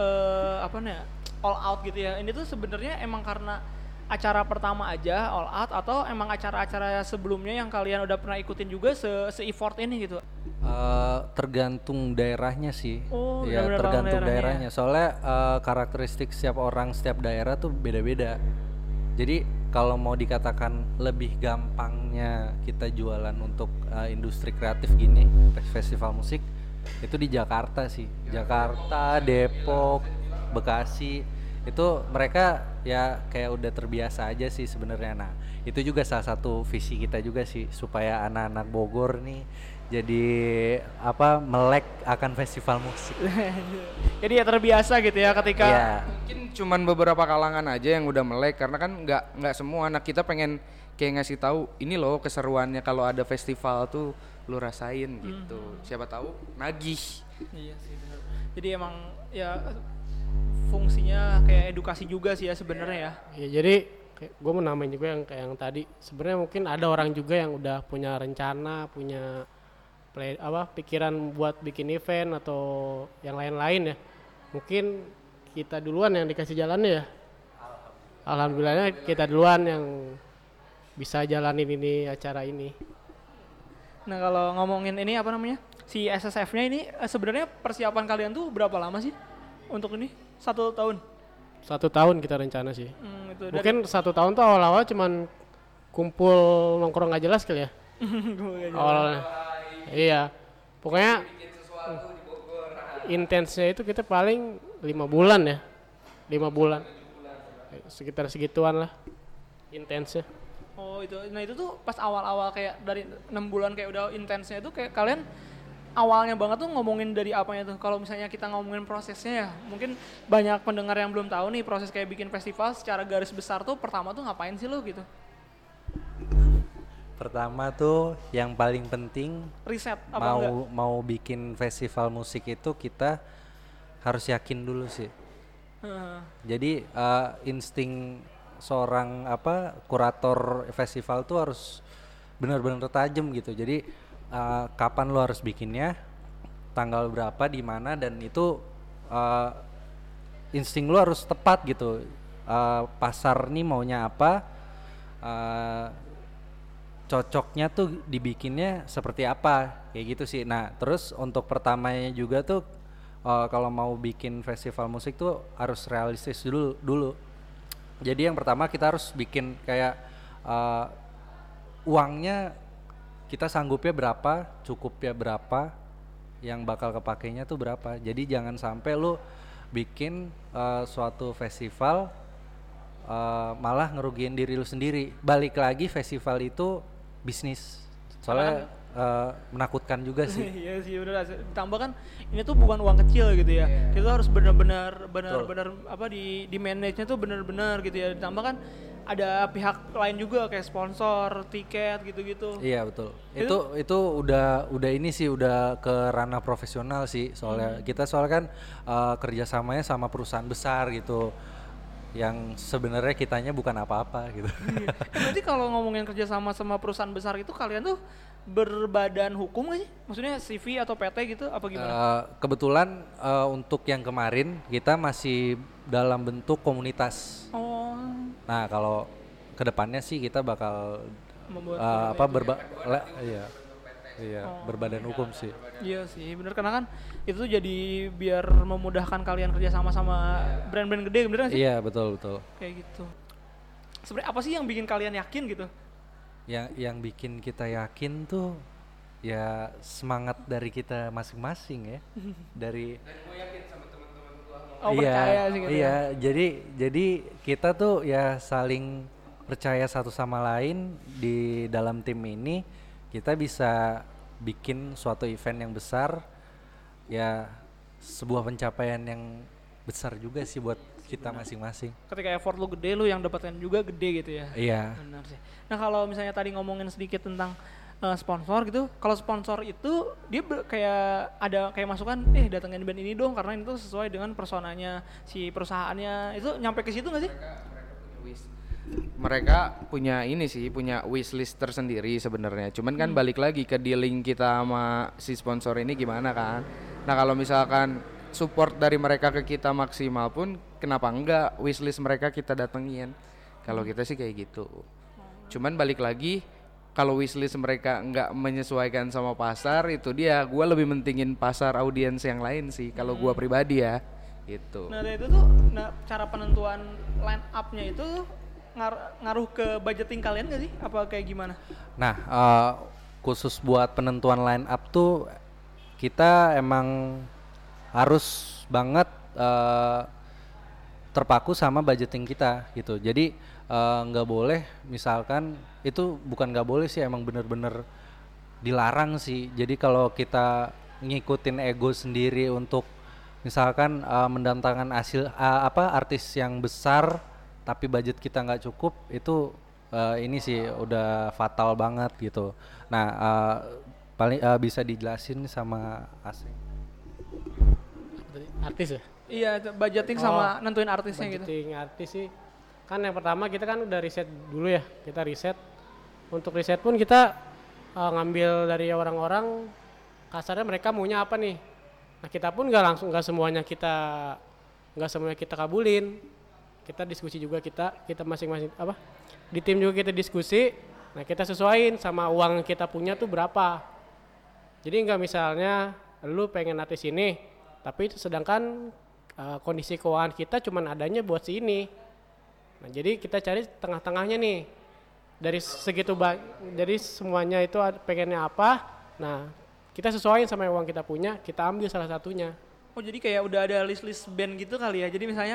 all out gitu ya, ini tuh sebenarnya emang karena acara pertama aja all out atau emang acara-acara sebelumnya yang kalian udah pernah ikutin juga se-effort ini gitu? Tergantung daerahnya sih. Oh, ya tergantung daerahnya. Soalnya karakteristik setiap orang setiap daerah tuh beda-beda. Jadi kalau mau dikatakan lebih gampangnya kita jualan untuk industri kreatif gini, festival musik itu di Jakarta sih. Jakarta, Depok, Bekasi, itu mereka ya kayak udah terbiasa aja sih sebenarnya. Nah, itu juga salah satu visi kita juga sih supaya anak-anak Bogor nih jadi melek akan festival musik. Jadi ya terbiasa gitu ya ketika mungkin cuman beberapa kalangan aja yang udah melek, karena kan nggak semua anak kita pengen kayak ngasih tahu ini loh keseruannya kalau ada festival tuh lu rasain gitu. Siapa tahu nagih. Iya sih benar. Jadi emang ya fungsinya kayak edukasi juga sih ya sebenarnya ya. Ya jadi gue mau namain juga yang kayak yang tadi. Sebenarnya mungkin ada orang juga yang udah punya rencana, punya pikiran buat bikin event atau yang lain-lain ya. Mungkin kita duluan yang dikasih jalannya ya. Alhamdulillahnya kita duluan yang bisa jalanin ini acara ini. Nah kalau ngomongin ini si SSF-nya ini sebenarnya persiapan kalian tuh berapa lama sih untuk ini? 1 tahun? 1 tahun kita rencana sih. Itu mungkin 1 tahun tuh awal-awal cuman kumpul nongkrong gak jelas kali ya. Awalnya. Iya, pokoknya intensnya itu kita paling 5 bulan ya, 5 bulan, sekitar segituan lah intensnya. Oh itu, nah itu tuh pas awal-awal kayak dari 6 bulan kayak udah intensnya itu kayak kalian awalnya banget tuh ngomongin dari apanya tuh? Kalau misalnya kita ngomongin prosesnya ya, mungkin banyak pendengar yang belum tahu nih proses kayak bikin festival secara garis besar tuh pertama tuh ngapain sih lo gitu? Pertama tuh yang paling penting riset apa mau bikin festival musik itu kita harus yakin dulu sih. Jadi insting seorang kurator festival tuh harus benar-benar tajam gitu. Jadi kapan lo harus bikinnya, tanggal berapa, di mana, dan itu insting lo harus tepat gitu. Pasar nih maunya apa, cocoknya tuh dibikinnya seperti apa, kayak gitu sih. Nah terus untuk pertamanya juga tuh kalau mau bikin festival musik tuh harus realistis dulu. Jadi yang pertama kita harus bikin kayak uangnya kita sanggupnya berapa, cukupnya berapa, yang bakal kepakainya tuh berapa. Jadi jangan sampai lu bikin suatu festival malah ngerugiin diri lu sendiri. Balik lagi, festival itu bisnis. Soalnya menakutkan juga sih. Iya sih bener. Ditambah kan ini tuh bukan uang kecil gitu ya. Kita harus benar-benar apa di manage-nya tuh benar-benar gitu ya. Ditambah kan ada pihak lain juga kayak sponsor, tiket gitu-gitu. Iya betul. Itu udah ini sih udah ke ranah profesional sih soalnya kita kan kerjasamanya sama perusahaan besar gitu yang sebenarnya kitanya bukan apa-apa gitu. Iya. Berarti kalau ngomongin kerjasama sama perusahaan besar itu kalian tuh berbadan hukum gak sih? Maksudnya CV atau PT gitu apa gimana? Kebetulan untuk yang kemarin kita masih dalam bentuk komunitas. Oh, Nah kalau kedepannya sih kita bakal membuat berbadan hukum sih. Iya sih, bener karena kan itu tuh jadi biar memudahkan kalian kerja sama brand-brand gede, bener gak sih? Iya betul. Kayak gitu. Sebenarnya apa sih yang bikin kalian yakin gitu? Yang bikin kita yakin tuh ya semangat dari kita masing-masing ya. Dari Oh, percaya sih gitu. Iya, jadi kita tuh ya saling percaya satu sama lain di dalam tim ini. Kita bisa bikin suatu event yang besar, ya sebuah pencapaian yang besar juga sih buat kita masing-masing. Ketika effort lu gede, lu yang dapatkan juga gede gitu ya. Iya. Benar sih. Nah kalau misalnya tadi ngomongin sedikit tentang sponsor gitu, kalau sponsor itu dia kayak masukan, datengin band ini dong karena itu sesuai dengan personanya si perusahaannya, itu nyampe ke situ nggak sih? Mereka punya ini sih, punya wishlist tersendiri sebenarnya. Cuman kan balik lagi ke dealing kita sama si sponsor ini gimana kan. Nah kalau misalkan support dari mereka ke kita maksimal pun, kenapa enggak wishlist mereka kita datengin. Kalau kita sih kayak gitu. Cuman balik lagi, kalau wishlist mereka nggak menyesuaikan sama pasar, itu dia gue lebih mentingin pasar audiens yang lain sih kalau gue pribadi ya gitu. Nah itu tuh cara penentuan line up-nya itu ngaruh ke budgeting kalian gak sih? Apa kayak gimana? Nah khusus buat penentuan line up tuh kita emang harus banget terpaku sama budgeting kita gitu. Jadi nggak boleh misalkan itu bukan nggak boleh sih, emang bener-bener dilarang sih. Jadi kalau kita ngikutin ego sendiri untuk misalkan mendatangkan artis yang besar tapi budget kita nggak cukup, itu ini sih udah fatal banget gitu. Nah paling bisa dijelasin sama Aseng. Artis ya? Iya, budgeting sama nentuin artisnya gitu. Budgeting artis sih, kan yang pertama kita kan udah riset dulu ya, kita riset. Untuk riset pun kita ngambil dari orang-orang, kasarnya mereka maunya apa nih. Nah kita pun nggak semuanya kita kabulin. Kita diskusi juga, kita masing-masing di tim juga kita diskusi. Nah kita sesuaiin sama uang kita punya tuh berapa. Jadi nggak misalnya lu pengen artis ini, tapi sedangkan kondisi keuangan kita cuman adanya buat si ini. Nah jadi kita cari tengah-tengahnya nih. Dari segitu jadi semuanya itu pengennya apa, nah kita sesuaiin sama uang kita punya, kita ambil salah satunya. Oh jadi kayak udah ada list band gitu kali ya, jadi misalnya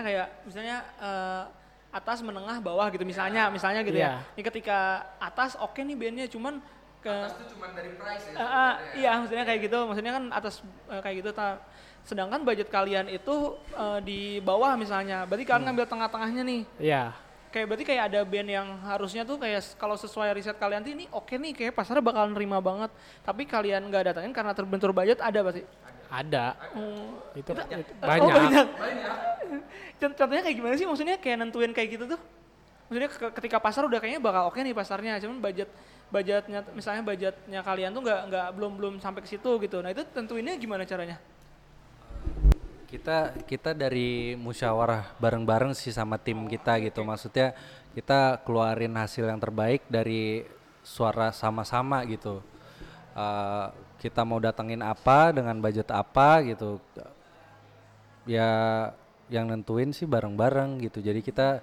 atas, menengah, bawah gitu misalnya gitu ya. Ini ketika atas oke nih bandnya, cuman atas tuh cuman dari price ya? Iya maksudnya kayak gitu, maksudnya kan atas kayak gitu. Sedangkan budget kalian itu di bawah misalnya, berarti kalian ngambil tengah-tengahnya nih. Iya. Berarti kayak ada band yang harusnya tuh kayak kalau sesuai riset kalian tuh ini oke nih, kayak pasarnya bakal nerima banget. Tapi kalian nggak datangin karena terbentur budget, ada pasti? Ada. Itu banyak. Banyak. Contohnya kayak gimana sih? Maksudnya kayak nentuin kayak gitu tuh? Maksudnya ketika pasar udah kayaknya bakal oke nih pasarnya, cuman budgetnya misalnya budgetnya kalian tuh belum sampai ke situ gitu. Nah itu tentuinnya gimana caranya? Kita dari musyawarah bareng-bareng sih sama tim kita gitu. Maksudnya kita keluarin hasil yang terbaik dari suara sama-sama gitu. Kita mau datengin apa dengan budget apa gitu. Ya yang nentuin sih bareng-bareng gitu. Jadi kita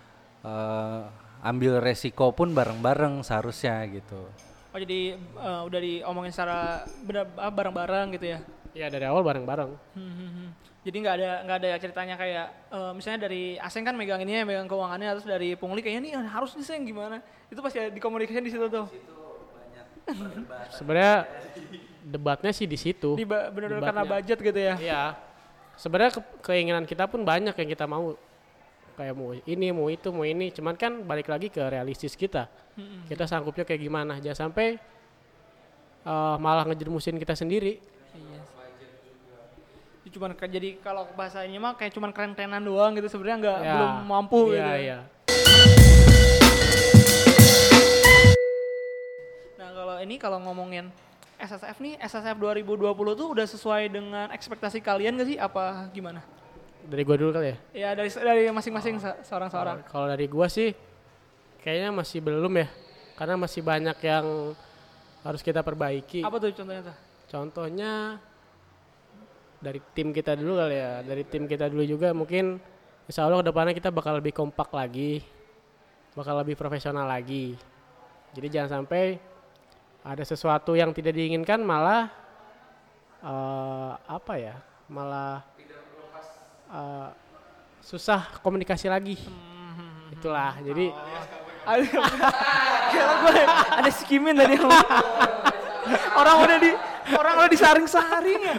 ambil resiko pun bareng-bareng seharusnya gitu. Oh jadi udah diomongin secara bareng-bareng gitu ya? Iya dari awal bareng-bareng. Jadi nggak ada ceritanya kayak misalnya dari Aseng kan megang keuangannya, terus dari Pungli kayaknya nih harus nih Seng gimana? Itu pasti dikomunikasikan di situ tuh. Sebenarnya debatnya sih di situ. Bener-bener karena Debatnya. budget gitu ya. Iya. Sebenarnya keinginan kita pun banyak yang kita mau. Kayak mau ini, mau itu, mau ini. Cuman kan balik lagi ke realistis kita. Kita sanggupnya kayak gimana. Jangan sampai malah ngejermusin kita sendiri. Iya. Cuman jadi kalau bahasanya mah kayak cuman keren-kerenan doang gitu sebenarnya nggak Ya. belum mampu gitu. Iya. Nah kalau ngomongin SSF nih, SSF 2020 tuh udah sesuai dengan ekspektasi kalian gak sih? Apa gimana? Dari gua dulu kali ya. Ya dari masing-masing seorang-seorang. Kalau dari gua sih kayaknya masih belum ya. Karena masih banyak yang harus kita perbaiki. Apa tuh contohnya tuh? Contohnya dari tim kita dulu kali ya. Dari tim kita dulu juga mungkin insya Allah kedepannya kita bakal lebih kompak lagi. Bakal lebih profesional lagi. Jadi jangan sampai ada sesuatu yang tidak diinginkan malah malah susah komunikasi lagi. Itulah. Jadi Kira gue ada skimin tadi. orang udah disaring-saring ya.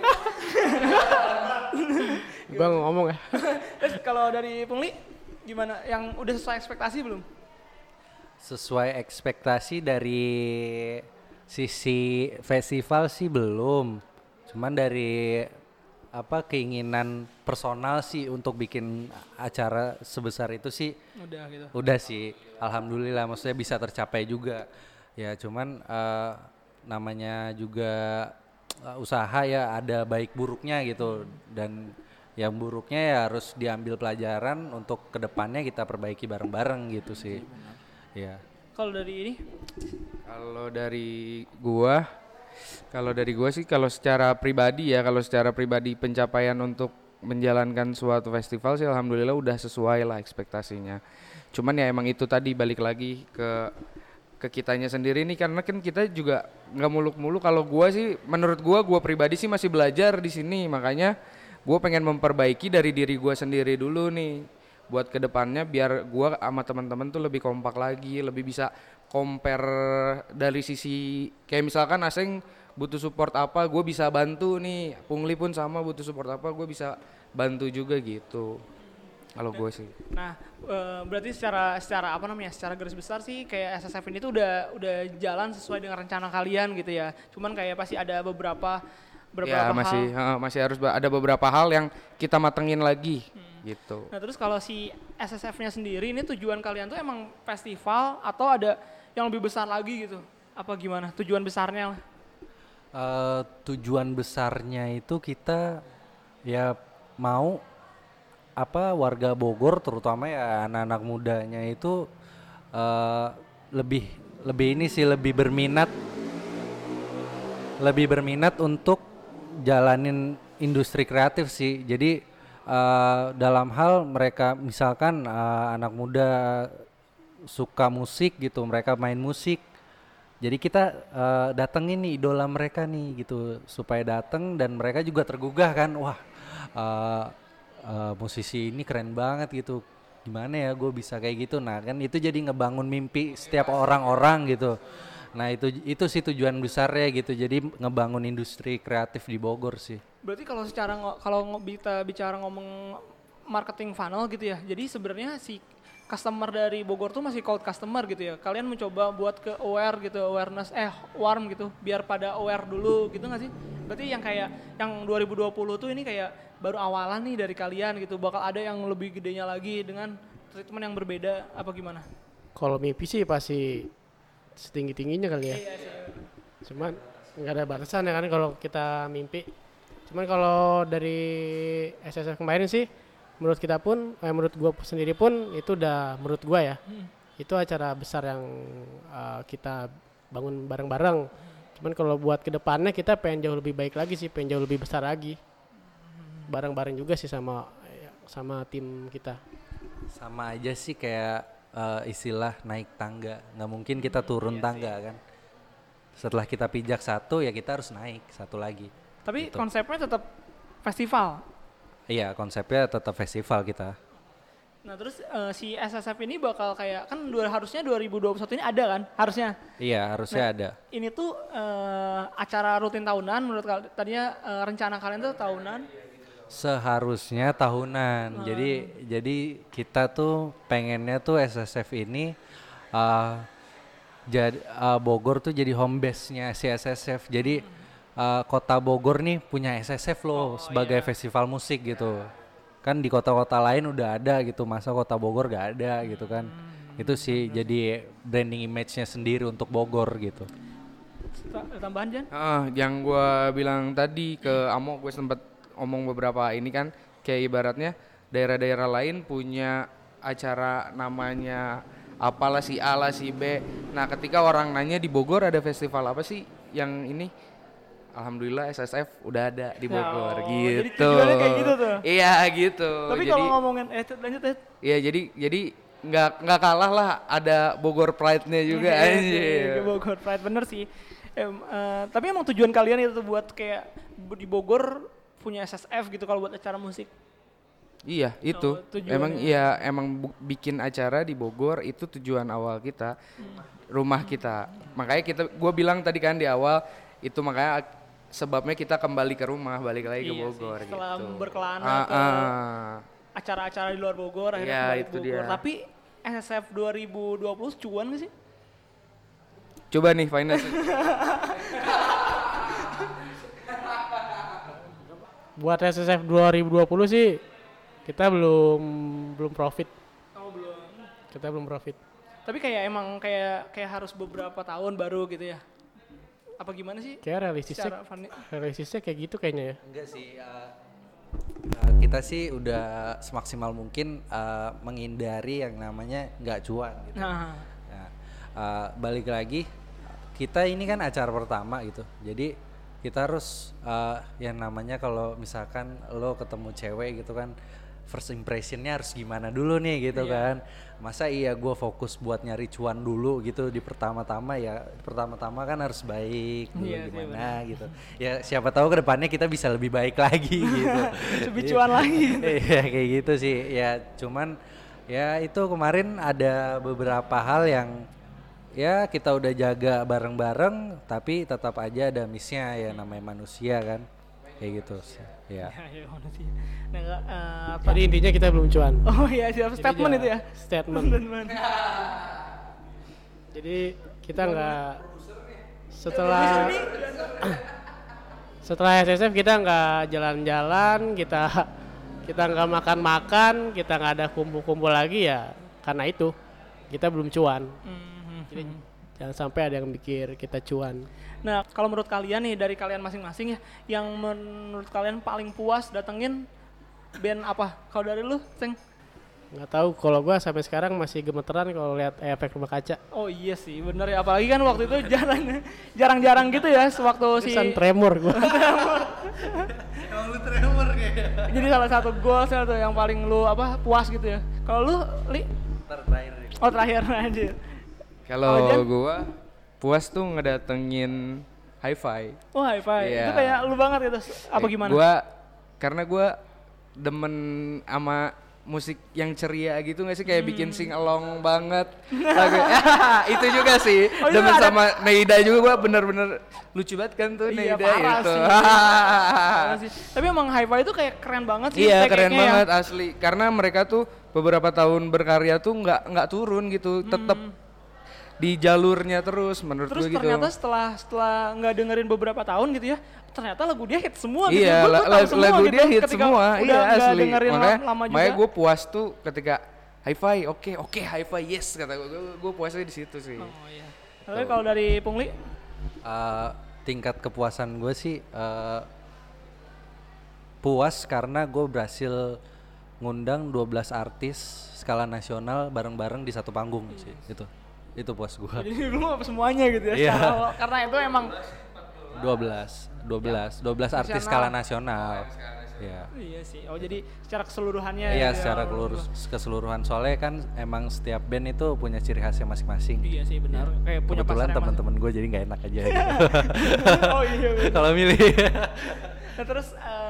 gua ngomong ya. Terus kalau dari Pungli gimana? Yang udah sesuai ekspektasi belum? Sesuai ekspektasi dari sisi festival sih belum. Cuman dari keinginan personal sih untuk bikin acara sebesar itu sih Udah gitu. udah sih, alhamdulillah, maksudnya bisa tercapai juga. Ya cuman namanya juga usaha ya ada baik buruknya gitu, dan yang buruknya ya harus diambil pelajaran untuk kedepannya kita perbaiki bareng-bareng gitu sih. Ya. Kalau dari ini? Kalau dari gua sih kalau secara pribadi pencapaian untuk menjalankan suatu festival sih alhamdulillah udah sesuai lah ekspektasinya. Cuman ya emang itu tadi balik lagi ke kitanya sendiri nih, karena kan kita juga nggak muluk-muluk. Kalau menurut gua pribadi sih masih belajar di sini, makanya gua pengen memperbaiki dari diri gua sendiri dulu nih buat kedepannya, biar gua sama teman-teman tuh lebih kompak lagi, lebih bisa compare dari sisi kayak misalkan Aseng butuh support apa, gue bisa bantu nih. Pungli pun sama butuh support apa, gue bisa bantu juga gitu. Kalau gue sih. Nah, berarti secara garis besar sih kayak SSF ini tuh udah jalan sesuai dengan rencana kalian gitu ya. Cuman kayak pasti ada beberapa ya, hal. masih harus ada beberapa hal yang kita matengin lagi gitu. Nah, terus kalau si SSF-nya sendiri ini tujuan kalian tuh emang festival atau ada yang lebih besar lagi gitu? Apa gimana? Tujuan besarnya lah. Tujuan besarnya itu kita ya mau warga Bogor terutama ya anak-anak mudanya itu lebih berminat untuk jalanin industri kreatif sih. Jadi dalam hal mereka misalkan anak muda suka musik gitu, mereka main musik. Jadi kita datengin nih idola mereka nih gitu supaya dateng dan mereka juga tergugah kan, wah musisi ini keren banget gitu. Gimana ya gue bisa kayak gitu. Nah kan itu jadi ngebangun mimpi setiap orang-orang gitu. Nah itu sih tujuan besarnya gitu. Jadi ngebangun industri kreatif di Bogor sih. Berarti kalau kita bicara ngomong marketing funnel gitu ya. Jadi sebenarnya si customer dari Bogor tuh masih cold customer gitu ya. Kalian mencoba buat ke aware gitu, warm gitu, biar pada aware dulu gitu nggak sih? Berarti yang 2020 tuh ini kayak baru awalan nih dari kalian gitu. Bakal ada yang lebih gedenya lagi dengan treatment yang berbeda apa gimana? Kalau mimpi sih pasti setinggi-tingginya kali ya. Iya sih. Cuman nggak ada batasan ya kan kalau kita mimpi. Cuman kalau dari SSF kemarin sih menurut kita pun, menurut gua sendiri pun itu udah menurut gua ya. Itu acara besar yang kita bangun bareng-bareng. Cuman kalau buat kedepannya kita pengen jauh lebih baik lagi sih, pengen jauh lebih besar lagi. Bareng-bareng juga sih sama tim kita. Sama aja sih kayak istilah naik tangga, nggak mungkin kita turun tangga kan. Setelah kita pijak satu ya kita harus naik satu lagi. Tapi gitu. konsepnya tetap festival. Iya, konsepnya tetap festival kita. Nah terus si SSF ini bakal kayak kan harusnya 2021 ini ada kan harusnya. Iya, harusnya ada. Ini tuh acara rutin tahunan menurut kalian tadinya rencana kalian tuh tahunan. Seharusnya tahunan. Jadi kita tuh pengennya tuh SSF ini Bogor tuh jadi home base-nya si SSF. Jadi kota Bogor nih punya SSF loh sebagai festival musik gitu. Kan di kota-kota lain udah ada gitu, masa kota Bogor gak ada gitu kan. Itu sih jadi branding image-nya sendiri untuk Bogor gitu. Tambahan Jan? Yang gue bilang tadi ke Amo, gue sempet omong beberapa ini kan, kayak ibaratnya daerah-daerah lain punya acara namanya apalah si A lah si B. Nah ketika orang nanya di Bogor ada festival apa sih yang ini, alhamdulillah SSF udah ada di Bogor gitu. Jadi tujuannya kayak gitu tuh. Iya gitu. Tapi kalau ngomongin lanjut. Iya jadi nggak kalah lah, ada Bogor Pride-nya juga anjir. Bogor Pride bener sih. Tapi emang tujuan kalian itu buat kayak di Bogor punya SSF gitu kalau buat acara musik. Iya itu. Emang bikin acara di Bogor itu tujuan awal kita, rumah kita. Makanya gue bilang tadi kan di awal itu makanya sebabnya kita kembali ke rumah, balik lagi ke Bogor sih, setelah gitu. berkelana ke acara-acara di luar Bogor akhirnya kembali ke Bogor. Dia. Tapi SSF 2020 cuan gak sih? Coba nih finance. Buat SSF 2020 sih kita belum profit. Oh belum. Kita belum profit. Tapi kayak emang kayak harus beberapa tahun baru gitu ya. Apa gimana sih? Kayak realistisnya kayak gitu kayaknya ya. Enggak sih, kita sih udah semaksimal mungkin menghindari yang namanya nggak cuan gitu. Nah, balik lagi, kita ini kan acara pertama gitu, jadi kita harus yang namanya kalau misalkan lo ketemu cewek gitu kan, first impressionnya harus gimana dulu nih gitu kan. Masa iya gue fokus buat nyari cuan dulu gitu di pertama-tama kan harus baik dulu gimana gitu. Ya siapa tahu ke depannya kita bisa lebih baik lagi gitu. Lebih cuan lagi. Iya kayak gitu sih. Ya cuman ya itu kemarin ada beberapa hal yang ya kita udah jaga bareng-bareng tapi tetap aja ada miss-nya ya, namanya manusia kan. Kayak gitu sih. Ya. Nah, jadi intinya kita belum cuan. Oh iya, siap statement itu ya. Statement. Jadi kita nggak setelah SSF kita nggak jalan-jalan, kita nggak makan-makan, kita nggak ada kumpul-kumpul lagi ya karena itu kita belum cuan. Jadi jangan sampai ada yang mikir kita cuan. Nah, kalau menurut kalian nih dari kalian masing-masing ya, yang menurut kalian paling puas datengin band apa? Kalau dari lu, Seng? Nggak tahu, kalau gua sampai sekarang masih gemeteran kalau lihat Efek Rumah Kaca. Oh iya sih, bener ya. Apalagi kan waktu itu jarang-jarang gitu ya, sewaktu Tulisan tremor gua. Emang lu tremor kayaknya. Jadi salah satu goalsnya tuh yang paling lu puas gitu ya. Kalau lu, Li? Terakhir. Oh terakhir aja. Kalau gua puas tuh ngedatengin Hi-Fi. Oh Hi-Fi, itu kayak lu banget gitu. Apa gimana? Karena gua demen sama musik yang ceria gitu nggak sih, kayak bikin sing along banget. Lagu, itu juga sih. Demen sama Neida juga, gua bener-bener lucu banget kan tuh Neida itu. Tapi emang Hi-Fi itu kayak keren banget sih. Iya keren banget asli. Karena mereka tuh beberapa tahun berkarya tuh nggak turun gitu, tetap di jalurnya terus menurut gue gitu. Terus ternyata setelah nggak dengerin beberapa tahun gitu ya, ternyata lagu dia hit semua gitu. Iya, lagu dia hit semua. Iya asli. Makanya gue puas tuh ketika Hi-Fi, oke Hi-Fi yes kata gue puasnya di situ sih. Oh iya. Tapi kalau dari Pungli? Tingkat kepuasan gue sih puas karena gue berhasil ngundang 12 artis skala nasional bareng-bareng di satu panggung sih gitu. Itu puas gue. Jadi dulu apa semuanya gitu ya. Yeah. Karena itu emang 12 artis skala nasional. Ya. Iya sih. Oh jadi secara keseluruhannya. Iya, secara keseluruhan. Soalnya kan emang setiap band itu punya ciri khasnya masing-masing. Iya sih benar. Ya. Kayak punya kebetulan teman-teman gue jadi nggak enak aja. Gitu. Oh iya. Kalau milih. Nah terus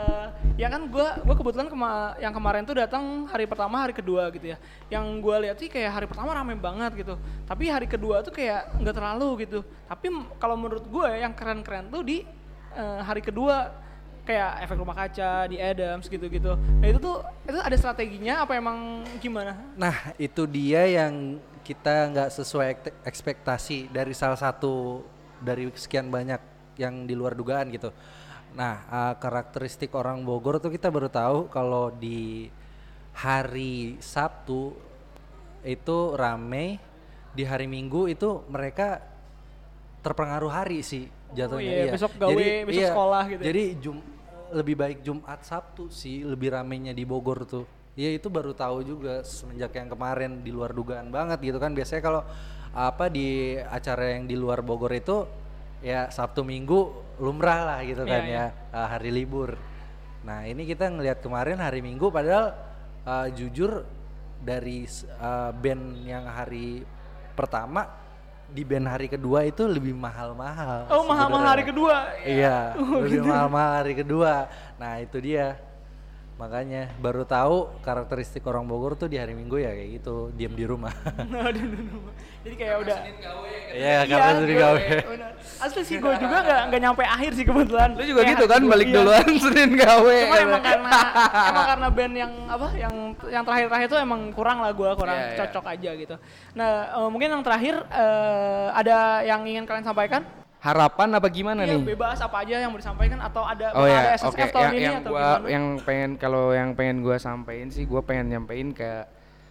ya kan gue kebetulan yang kemarin tuh datang hari pertama hari kedua gitu ya. Yang gue lihat sih kayak hari pertama rame banget gitu, tapi hari kedua tuh kayak nggak terlalu gitu. Tapi kalau menurut gue yang keren-keren tuh di hari kedua, kayak efek rumah kaca di Adams gitu-gitu. Nah itu ada strateginya apa emang gimana? Nah itu dia yang kita nggak sesuai ekspektasi dari salah satu dari sekian banyak yang di luar dugaan gitu. Nah karakteristik orang Bogor tuh kita baru tahu kalau di hari Sabtu itu rame, di hari Minggu itu mereka terpengaruh hari sih jatuhnya. Besok gawe, besok sekolah gitu. Jadi lebih baik Jumat Sabtu sih lebih ramenya di Bogor tuh. Ya itu baru tahu juga semenjak yang kemarin, di luar dugaan banget gitu kan. Biasanya kalau di acara yang di luar Bogor itu ya Sabtu Minggu lumrah lah gitu kan ya. Hari libur. Nah ini kita ngelihat kemarin hari Minggu, padahal jujur dari band yang hari pertama di band hari kedua itu lebih mahal-mahal. Oh mahal-mahal hari kedua? Iya, lebih gitu. mahal-mahal hari kedua. Nah itu dia, makanya baru tahu karakteristik orang Bogor tuh di hari Minggu ya kayak gitu, diam di rumah. Jadi kayak udah. Iya, karena Senin gawe. Asli sih gue juga nggak nyampe akhir sih kebetulan. Lu juga Kayak gitu kan, balik duluan Senin gawe. Cuma emang karena band yang terakhir tuh emang kurang cocok aja gitu. Nah mungkin yang terakhir ada yang ingin kalian sampaikan? Harapan apa gimana nih? Bebas apa aja yang mau disampaikan atau ada ya, SSF tahun ini yang atau gua, gimana? yang pengen gua sampein sih, gua pengen nyampein ke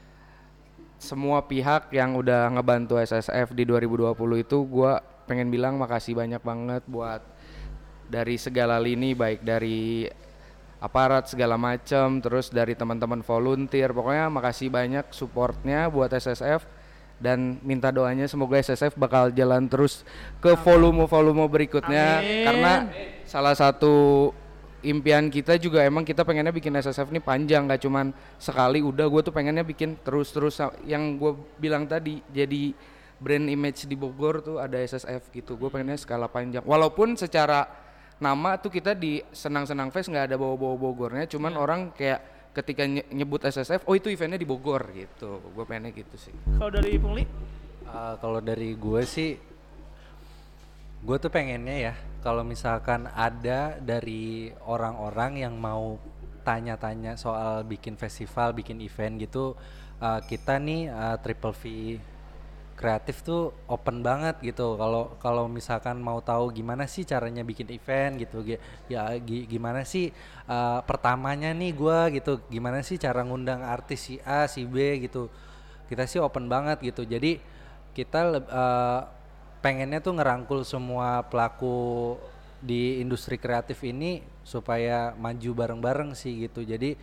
semua pihak yang udah ngebantu SSF di 2020 itu. Gua pengen bilang makasih banyak banget buat dari segala lini, baik dari aparat segala macam, terus dari teman-teman volunteer. Pokoknya makasih banyak supportnya buat SSF, dan minta doanya semoga SSF bakal jalan terus ke volume-volume berikutnya. Amin. Karena salah satu impian kita juga emang kita pengennya bikin SSF ini panjang, gak cuman sekali udah. Gue tuh pengennya bikin terus-terus, yang gue bilang tadi, jadi brand image di Bogor tuh ada SSF gitu. Gue pengennya skala panjang, walaupun secara nama tuh kita di Senang-Senang Fest gak ada bawa-bawa Bogornya, cuman orang kayak ketika nyebut SSF, oh itu eventnya di Bogor gitu. Gue pengennya gitu sih. Kalau dari Pungli? Kalau dari gue sih, gue tuh pengennya ya kalau misalkan ada dari orang-orang yang mau tanya-tanya soal bikin festival, bikin event gitu, kita nih Triple V Kreatif tuh open banget gitu. Kalau misalkan mau tahu gimana sih caranya bikin event gitu, gimana sih pertamanya nih gua gitu, gimana sih cara ngundang artis si A si B gitu, kita sih open banget gitu. Jadi kita pengennya tuh ngerangkul semua pelaku di industri kreatif ini supaya maju bareng-bareng sih gitu. Jadi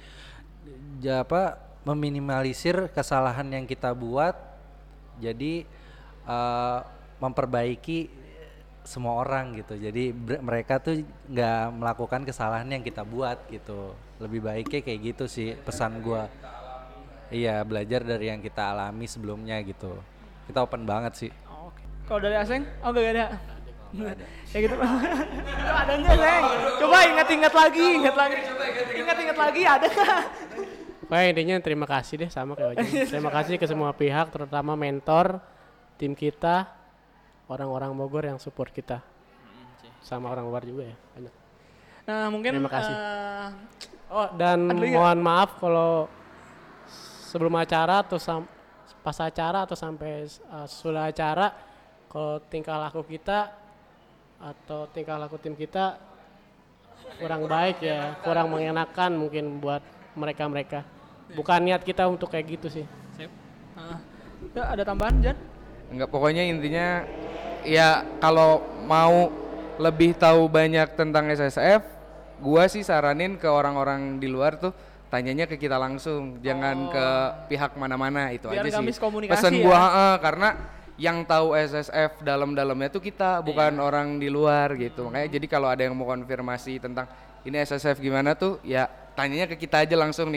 meminimalisir kesalahan yang kita buat, jadi memperbaiki semua orang gitu. Jadi mereka tuh nggak melakukan kesalahan yang kita buat gitu. Lebih baiknya kayak gitu sih pesan gua. Iya, belajar dari yang kita alami sebelumnya gitu. Kita open banget sih. Oke. Kalau dari Aseng? Oh gak ada. Ya gitu. Ada nggak Seng? Coba ingat-ingat lagi. Ingat-ingat lagi ada nggak? Pokoknya intinya terima kasih deh sama kayak Ojeng. Terima kasih ke semua pihak, terutama mentor, tim kita, orang-orang Bogor yang support kita. Sama orang luar juga ya, banyak. Nah mungkin terima kasih. Dan mohon maaf kalau sebelum acara atau pas acara atau sampai sesudah acara, kalau tingkah laku kita atau tingkah laku tim kita kurang baik ya, kurang mengenakan mungkin buat mereka-mereka. Bukan niat kita untuk kayak gitu sih. Sip. Ada tambahan, Jan? Enggak, pokoknya intinya ya kalau mau lebih tahu banyak tentang SSF, gua sih saranin ke orang-orang di luar tuh tanyanya ke kita langsung, jangan ke pihak mana-mana. Itu biar aja sih pesan gua karena yang tahu SSF dalam-dalamnya tuh kita, bukan orang di luar gitu. Makanya jadi kalau ada yang mau konfirmasi tentang ini SSF gimana tuh, ya tanyanya ke kita aja langsung nih.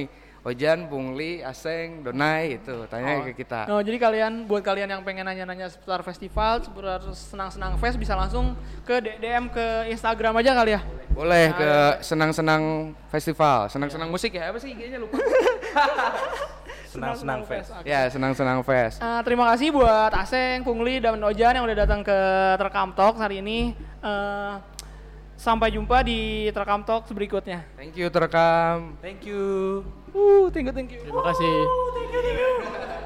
Ojan, Pungli, Aseng, Donai itu tanya ke kita. Oh, jadi buat kalian yang pengen nanya-nanya seputar festival, seputar senang-senang fest bisa langsung ke DM ke Instagram aja kali ya. Boleh ke senang-senang festival, senang-senang musik ya, apa sih IG-nya lupa. Senang-senang fest. Ya, senang-senang fest. Terima kasih buat Aseng, Pungli, dan Ojan yang udah datang ke Terekam Talk hari ini. Sampai jumpa di Terekam Talk berikutnya. Thank you Terekam. Thank you. Thank you. Terima kasih. Thank you.